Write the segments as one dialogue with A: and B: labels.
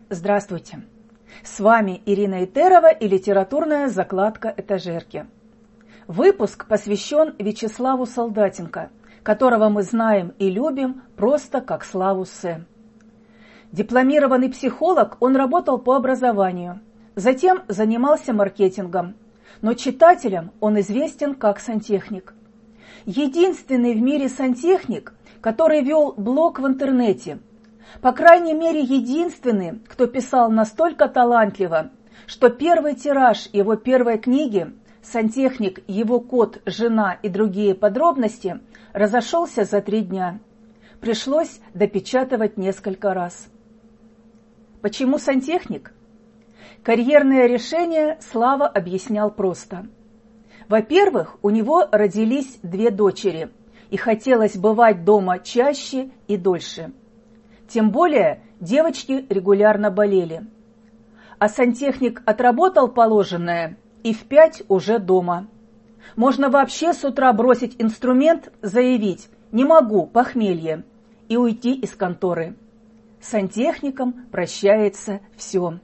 A: Здравствуйте! С вами Ирина Итерова и литературная закладка «Этажерки». Выпуск посвящен Вячеславу Солдатенко, которого мы знаем и любим просто как Славу С. Дипломированный психолог, он работал по образованию, затем занимался маркетингом, но читателям он известен как сантехник. Единственный в мире сантехник, который вел блог в интернете, по крайней мере единственный, кто писал настолько талантливо, что первый тираж его первой книги «Сантехник, его кот, жена и другие подробности» разошелся за 3 дня. Пришлось допечатывать несколько раз. Почему сантехник? Карьерное решение Слава объяснял просто. Во-первых, у него родились 2 дочери, и хотелось бывать дома чаще и дольше. Тем более девочки регулярно болели. А сантехник отработал положенное и в 5 уже дома. Можно вообще с утра бросить инструмент, заявить «не могу, похмелье» и уйти из конторы. С сантехником прощается все.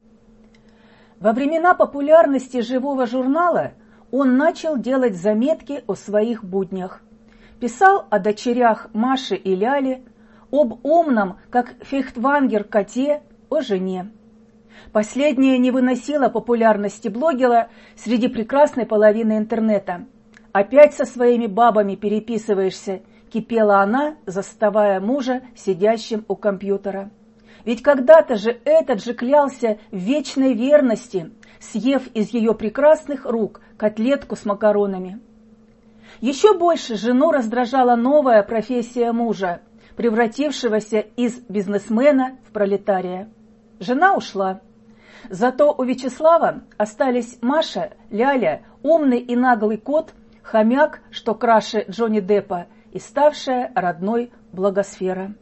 A: Во времена популярности живого журнала он начал делать заметки о своих буднях. Писал о дочерях Маше и Ляле, об умном, как фейхтвангер, коте, о жене. Последняя не выносила популярности блогера среди прекрасной половины интернета. «Опять со своими бабами переписываешься», кипела она, заставая мужа сидящим у компьютера. Ведь когда-то же этот же клялся в вечной верности, съев из ее прекрасных рук котлетку с макаронами. Еще больше жену раздражала новая профессия мужа, превратившегося из бизнесмена в пролетария. Жена ушла. Зато у Вячеслава остались Маша, Ляля, умный и наглый кот, хомяк, что краше Джонни Деппа, и ставшая родной Благосфера.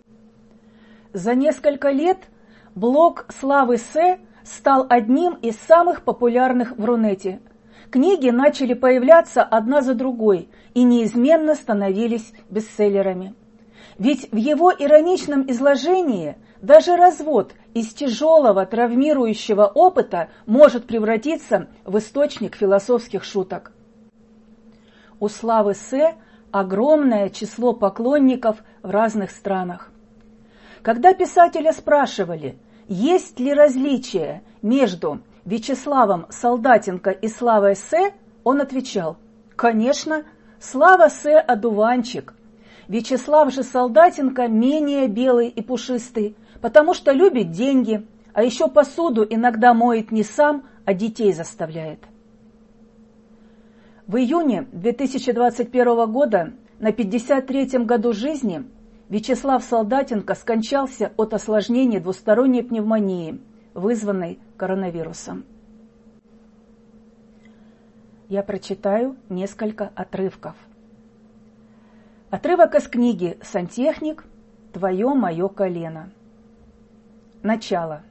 A: За несколько лет блог Славы С. стал одним из самых популярных в Рунете. Книги начали появляться одна за другой и неизменно становились бестселлерами. Ведь в его ироничном изложении даже развод из тяжелого травмирующего опыта может превратиться в источник философских шуток. У Славы С. огромное число поклонников в разных странах. Когда писателя спрашивали, есть ли различия между Вячеславом Солдатенко и Славой С., он отвечал: конечно, Слава С. одуванчик. Вячеслав же Солдатенко менее белый и пушистый, потому что любит деньги, а еще посуду иногда моет не сам, а детей заставляет. В июне 2021 года, на 53-м году жизни, Вячеслав Солдатенко скончался от осложнений двусторонней пневмонии, вызванной коронавирусом. Я прочитаю несколько отрывков. Отрывок из книги «Сантехник. Твое мое колено». Начало.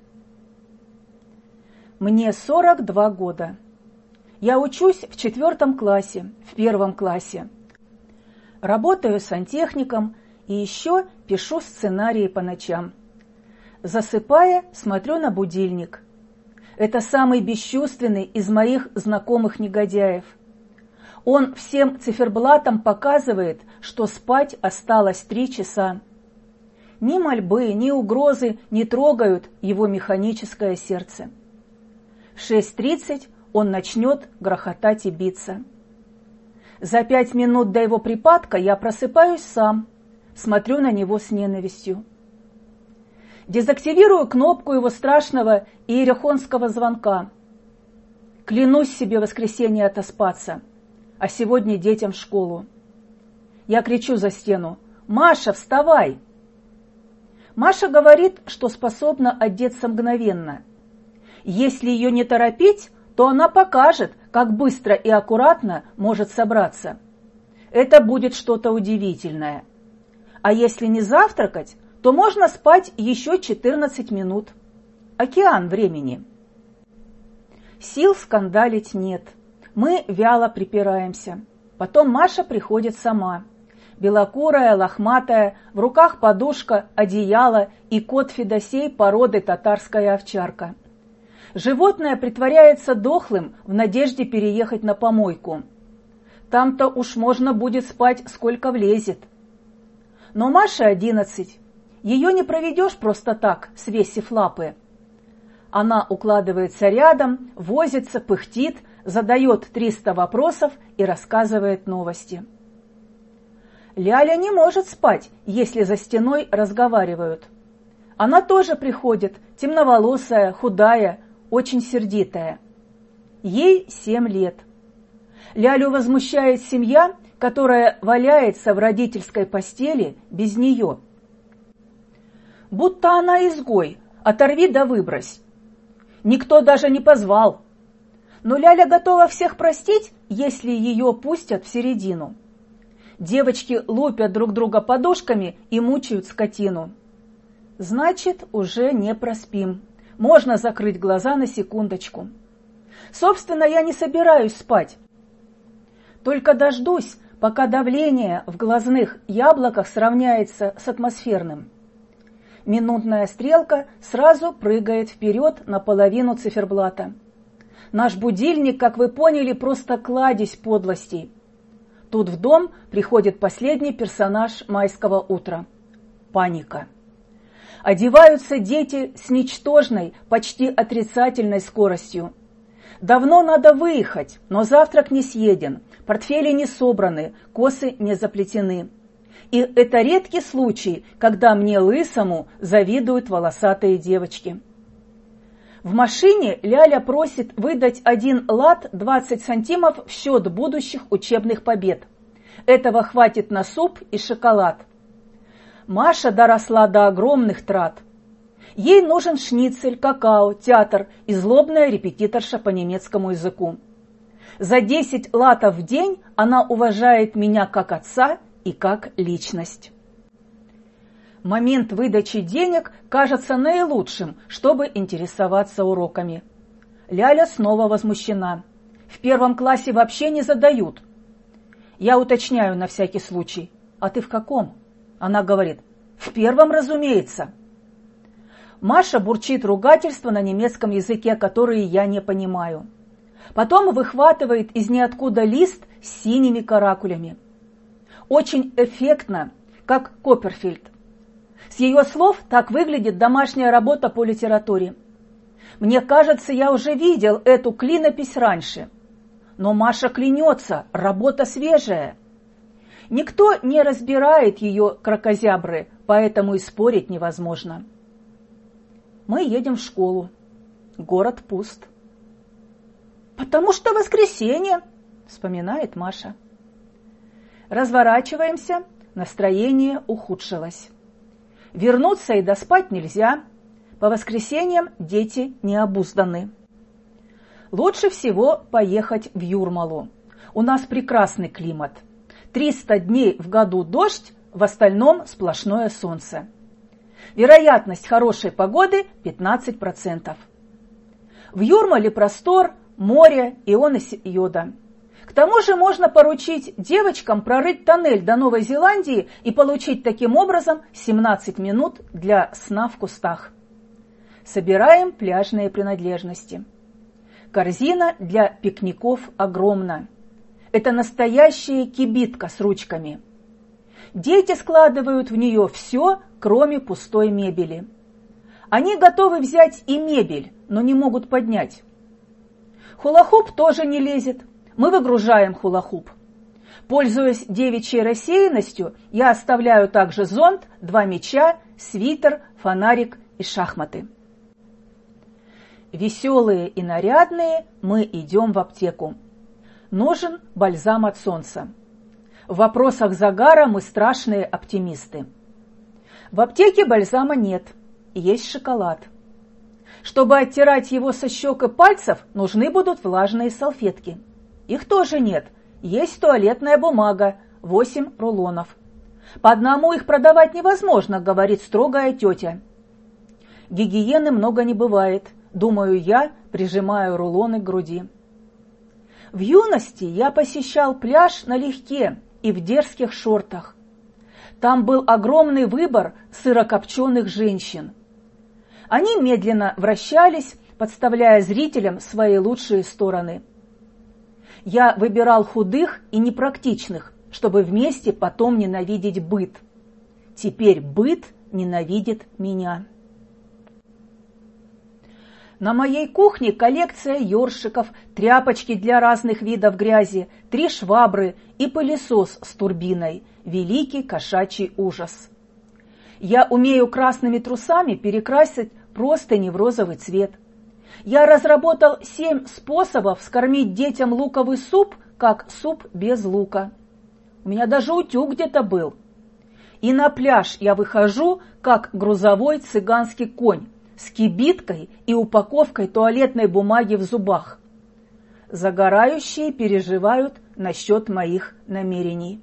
A: Мне 42 года. Я учусь в 4 классе, в 1 классе. Работаю сантехником и еще пишу сценарии по ночам. Засыпая, смотрю на будильник. Это самый бесчувственный из моих знакомых негодяев. Он всем циферблатом показывает, что спать осталось 3 часа. Ни мольбы, ни угрозы не трогают его механическое сердце. В 6:30 он начнет грохотать и биться. За 5 минут до его припадка я просыпаюсь сам, смотрю на него с ненавистью. Дезактивирую кнопку его страшного иерихонского звонка. Клянусь себе в воскресенье отоспаться, а сегодня детям в школу. Я кричу за стену: «Маша, вставай!» Маша говорит, что способна одеться мгновенно. Если ее не торопить, то она покажет, как быстро и аккуратно может собраться. Это будет что-то удивительное. А если не завтракать, то можно спать еще 14 минут. Океан времени. Сил скандалить нет. Мы вяло припираемся. Потом Маша приходит сама. Белокурая, лохматая, в руках подушка, одеяло и кот Федосей породы татарская овчарка. Животное притворяется дохлым в надежде переехать на помойку. Там-то уж можно будет спать, сколько влезет. Но Маше 11. Ее не проведешь просто так, свесив лапы. Она укладывается рядом, возится, пыхтит, задает 300 вопросов и рассказывает новости. Ляля не может спать, если за стеной разговаривают. Она тоже приходит, темноволосая, худая, очень сердитая. Ей 7 лет. Лялю возмущает семья, которая валяется в родительской постели без нее. Будто она изгой, оторви да выбрось. Никто даже не позвал. Но Ляля готова всех простить, если ее пустят в середину. Девочки лупят друг друга подушками и мучают скотину. Значит, уже не проспим. Можно закрыть глаза на секундочку. Собственно, я не собираюсь спать. Только дождусь, пока давление в глазных яблоках сравняется с атмосферным. Минутная стрелка сразу прыгает вперед на половину циферблата. Наш будильник, как вы поняли, просто кладезь подлостей. Тут в дом приходит последний персонаж майского утра – паника. Одеваются дети с ничтожной, почти отрицательной скоростью. Давно надо выехать, но завтрак не съеден, портфели не собраны, косы не заплетены. И это редкий случай, когда мне лысому завидуют волосатые девочки. В машине Ляля просит выдать 1 лат 20 сантимов в счет будущих учебных побед. Этого хватит на суп и шоколад. Маша доросла до огромных трат. Ей нужен шницель, какао, театр и злобная репетиторша по немецкому языку. За 10 латов в день она уважает меня как отца и как личность. Момент выдачи денег кажется наилучшим, чтобы интересоваться уроками. Ляля снова возмущена. В 1 классе вообще не задают. Я уточняю на всякий случай. А ты в каком? Она говорит. В 1, разумеется. Маша бурчит ругательства на немецком языке, которые я не понимаю. Потом выхватывает из ниоткуда лист с синими каракулями. Очень эффектно, как Копперфильд. С ее слов так выглядит домашняя работа по литературе. Мне кажется, я уже видел эту клинопись раньше. Но Маша клянется, работа свежая. Никто не разбирает ее кракозябры, поэтому и спорить невозможно. Мы едем в школу. Город пуст. «Потому что воскресенье», — вспоминает Маша. Разворачиваемся, настроение ухудшилось. Вернуться и доспать нельзя. По воскресеньям дети не обузданы. Лучше всего поехать в Юрмалу. У нас прекрасный климат. 300 дней в году дождь, в остальном сплошное солнце. Вероятность хорошей погоды 15%. В Юрмале простор, море, ионы йода. К тому же можно поручить девочкам прорыть тоннель до Новой Зеландии и получить таким образом 17 минут для сна в кустах. Собираем пляжные принадлежности. Корзина для пикников огромна. Это настоящая кибитка с ручками. Дети складывают в нее все, кроме пустой мебели. Они готовы взять и мебель, но не могут поднять. Хула-хуп тоже не лезет. Мы выгружаем хула-хуп. Пользуясь девичьей рассеянностью, я оставляю также зонт, 2 мяча, свитер, фонарик и шахматы. Веселые и нарядные мы идем в аптеку. Нужен бальзам от солнца. В вопросах загара мы страшные оптимисты. В аптеке бальзама нет, есть шоколад. Чтобы оттирать его со щек и пальцев, нужны будут влажные салфетки. Их тоже нет, есть туалетная бумага, 8 рулонов. По одному их продавать невозможно, говорит строгая тетя. Гигиены много не бывает, думаю я, прижимаю рулоны к груди. В юности я посещал пляж налегке и в дерзких шортах. Там был огромный выбор сырокопченых женщин. Они медленно вращались, подставляя зрителям свои лучшие стороны. Я выбирал худых и непрактичных, чтобы вместе потом ненавидеть быт. Теперь быт ненавидит меня. На моей кухне коллекция ёршиков, тряпочки для разных видов грязи, 3 швабры и пылесос с турбиной. Великий кошачий ужас. Я умею красными трусами перекрасить простыни в розовый цвет. Я разработал 7 способов скормить детям луковый суп, как суп без лука. У меня даже утюг где-то был. И на пляж я выхожу, как грузовой цыганский конь, с кибиткой и упаковкой туалетной бумаги в зубах. Загорающие переживают насчет моих намерений.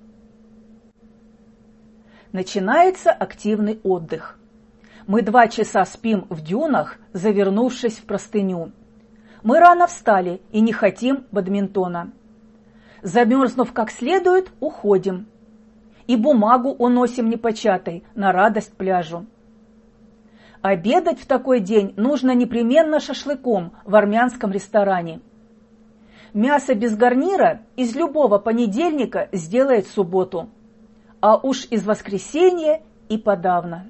A: Начинается активный отдых. Мы 2 часа спим в дюнах, завернувшись в простыню. Мы рано встали и не хотим бадминтона. Замерзнув как следует, уходим. И бумагу уносим непочатой на радость пляжу. Обедать в такой день нужно непременно шашлыком в армянском ресторане. Мясо без гарнира из любого понедельника сделает субботу, а уж из воскресенья и подавно.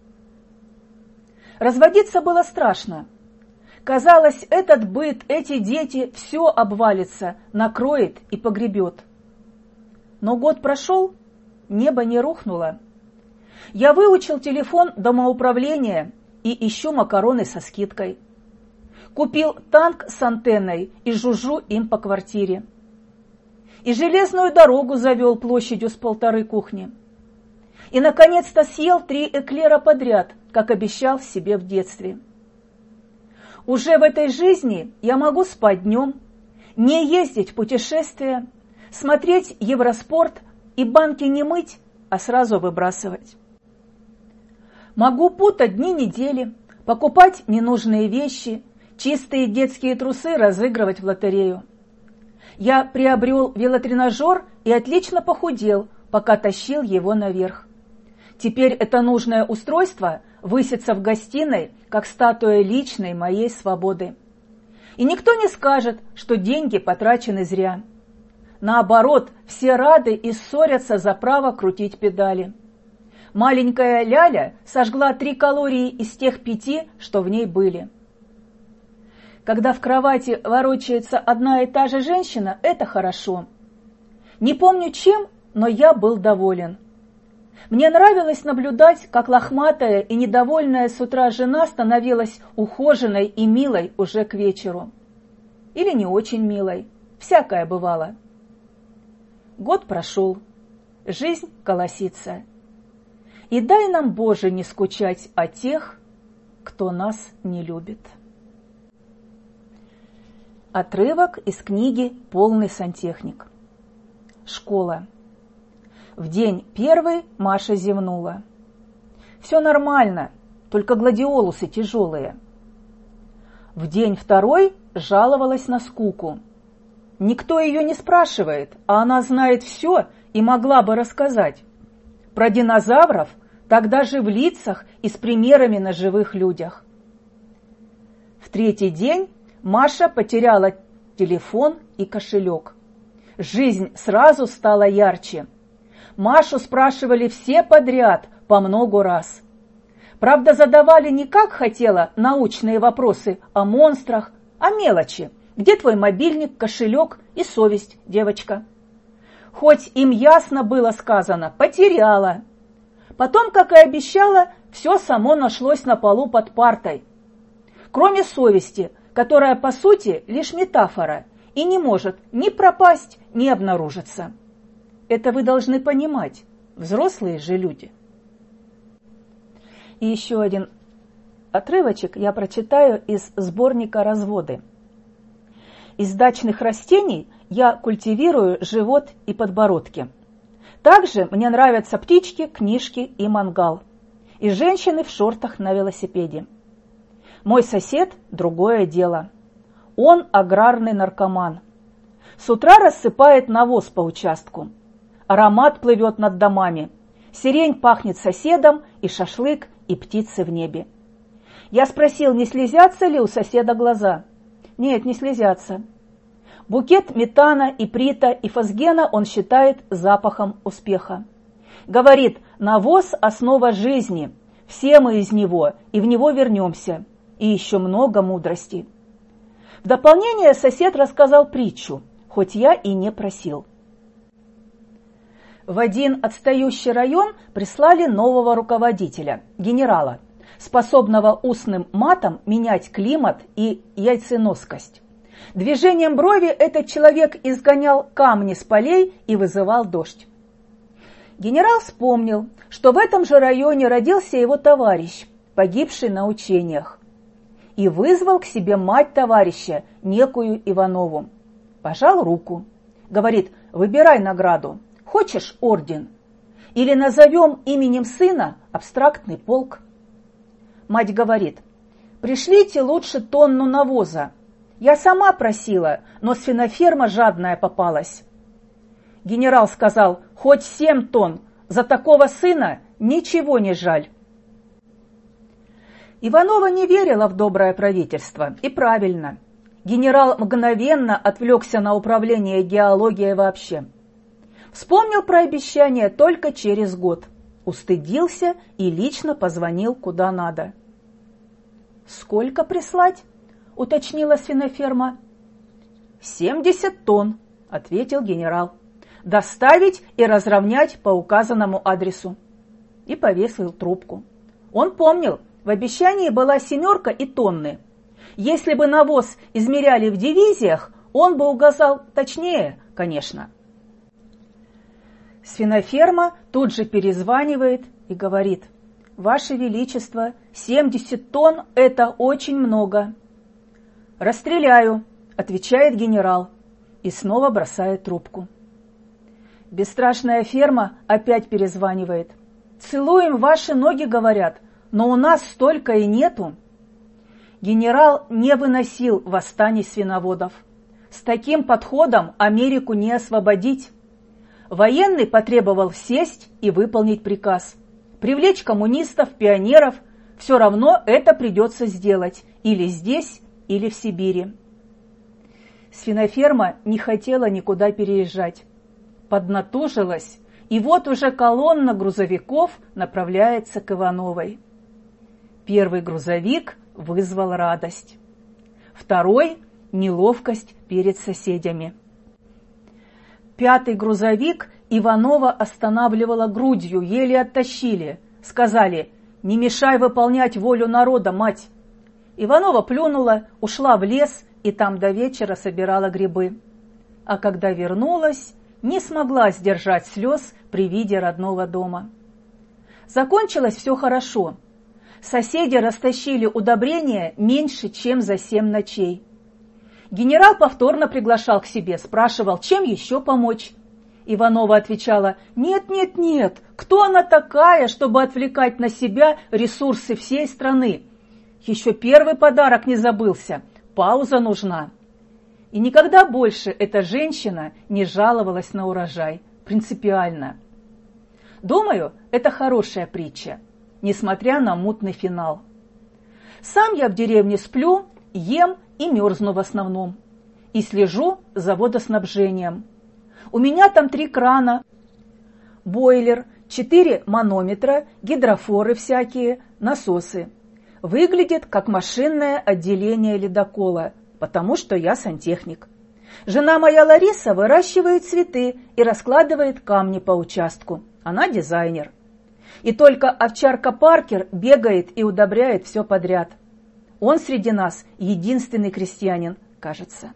A: Разводиться было страшно. Казалось, этот быт, эти дети, все обвалится, накроет и погребет. Но год прошел, небо не рухнуло. Я выучил телефон домоуправления и ищу макароны со скидкой. Купил танк с антенной и жужжу им по квартире. И железную дорогу завел площадью с 1,5 кухни. И, наконец-то, съел 3 эклера подряд, как обещал себе в детстве. Уже в этой жизни я могу спать днем, не ездить в путешествия, смотреть Евроспорт и банки не мыть, а сразу выбрасывать. Могу путать дни недели, покупать ненужные вещи, чистые детские трусы разыгрывать в лотерею. Я приобрел велотренажер и отлично похудел, пока тащил его наверх. Теперь это нужное устройство высится в гостиной, как статуя личной моей свободы. И никто не скажет, что деньги потрачены зря. Наоборот, все рады и ссорятся за право крутить педали. Маленькая Ляля сожгла 3 калории из тех 5, что в ней были. Когда в кровати ворочается одна и та же женщина, это хорошо. Не помню чем, но я был доволен. Мне нравилось наблюдать, как лохматая и недовольная с утра жена становилась ухоженной и милой уже к вечеру. Или не очень милой. Всякое бывало. Год прошел. Жизнь колосится. И дай нам, Боже, не скучать о тех, кто нас не любит. Отрывок из книги «Полный сантехник». Школа. В день 1 Маша зевнула. Все нормально, только гладиолусы тяжелые. В день 2 жаловалась на скуку. Никто ее не спрашивает, а она знает все и могла бы рассказать. Про динозавров, тогда же в лицах и с примерами на живых людях. В 3-й день Маша потеряла телефон и кошелек. Жизнь сразу стала ярче. Машу спрашивали все подряд по много раз. Правда, задавали не как хотела научные вопросы о монстрах, а мелочи. Где твой мобильник, кошелек и совесть, девочка? Хоть им ясно было сказано, потеряла. Потом, как и обещала, все само нашлось на полу под партой. Кроме совести, которая, по сути, лишь метафора и не может ни пропасть, ни обнаружиться. Это вы должны понимать, взрослые же люди. И еще один отрывочек я прочитаю из сборника «Разводы». Из дачных растений я культивирую живот и подбородки. Также мне нравятся птички, книжки и мангал. И женщины в шортах на велосипеде. Мой сосед – другое дело. Он аграрный наркоман. С утра рассыпает навоз по участку. Аромат плывет над домами. Сирень пахнет соседом, и шашлык, и птицы в небе. Я спросил, не слезятся ли у соседа глаза. Нет, не слезятся. Букет метана, иприта и фосгена он считает запахом успеха. Говорит, навоз – основа жизни, все мы из него, и в него вернемся. И еще много мудрости. В дополнение сосед рассказал притчу, хоть я и не просил. В один отстающий район прислали нового руководителя, генерала, способного устным матом менять климат и яйценоскость. Движением брови этот человек изгонял камни с полей и вызывал дождь. Генерал вспомнил, что в этом же районе родился его товарищ, погибший на учениях, и вызвал к себе мать товарища, некую Иванову. Пожал руку. Говорит, выбирай награду. Хочешь орден? Или назовем именем сына абстрактный полк? Мать говорит, пришлите лучше тонну навоза. Я сама просила, но свиноферма жадная попалась. Генерал сказал, хоть 7 тонн, за такого сына ничего не жаль. Иванова не верила в доброе правительство, и правильно. Генерал мгновенно отвлекся на управление геологией вообще. Вспомнил про обещание только через год. Устыдился и лично позвонил куда надо. «Сколько прислать?» – уточнила свиноферма. 70 тонн, – ответил генерал. «Доставить и разровнять по указанному адресу». И повесил трубку. Он помнил, в обещании была 7 и тонны. Если бы навоз измеряли в дивизиях, он бы угадал точнее, конечно. Свиноферма тут же перезванивает и говорит, «Ваше Величество, 70 тонн – это очень много». «Расстреляю», – отвечает генерал и снова бросает трубку. Бесстрашная ферма опять перезванивает. «Целуем ваши ноги, говорят, но у нас столько и нету». Генерал не выносил восстаний свиноводов. С таким подходом Америку не освободить. Военный потребовал сесть и выполнить приказ. Привлечь коммунистов, пионеров, все равно это придется сделать или здесь, или в Сибири. Свиноферма не хотела никуда переезжать. Поднатужилась, и вот уже колонна грузовиков направляется к Ивановой. Первый грузовик вызвал радость. Второй – неловкость перед соседями. 5-й грузовик Иванова останавливала грудью, еле оттащили. Сказали, не мешай выполнять волю народа, мать. Иванова плюнула, ушла в лес и там до вечера собирала грибы. А когда вернулась, не смогла сдержать слез при виде родного дома. Закончилось все хорошо. Соседи растащили удобрения меньше, чем за 7 ночей. Генерал повторно приглашал к себе, спрашивал, чем еще помочь. Иванова отвечала, нет, нет, нет, кто она такая, чтобы отвлекать на себя ресурсы всей страны? Еще первый подарок не забылся, пауза нужна. И никогда больше эта женщина не жаловалась на урожай, принципиально. Думаю, это хорошая притча, несмотря на мутный финал. Сам я в деревне сплю, ем и мерзну в основном. И слежу за водоснабжением. У меня там 3 крана, бойлер, 4 манометра, гидрофоры всякие, насосы. Выглядит как машинное отделение ледокола, потому что я сантехник. Жена моя Лариса выращивает цветы и раскладывает камни по участку. Она дизайнер. И только овчарка Паркер бегает и удобряет все подряд. Он среди нас единственный крестьянин, кажется.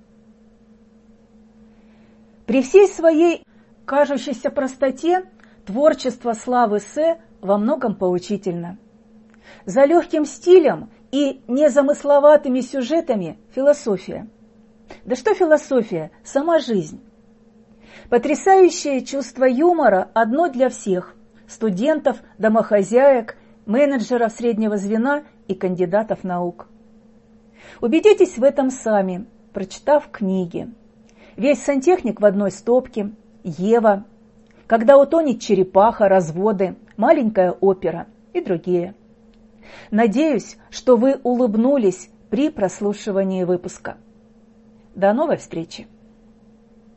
A: При всей своей кажущейся простоте творчество Славы С. во многом поучительно. За легким стилем и незамысловатыми сюжетами философия. Да что философия, сама жизнь. Потрясающее чувство юмора одно для всех – студентов, домохозяек, менеджеров среднего звена и кандидатов наук. Убедитесь в этом сами, прочитав книги. Весь сантехник в одной стопке, Ева, «Когда утонет черепаха», «Разводы», «Маленькая опера» и другие. Надеюсь, что вы улыбнулись при прослушивании выпуска. До новой встречи!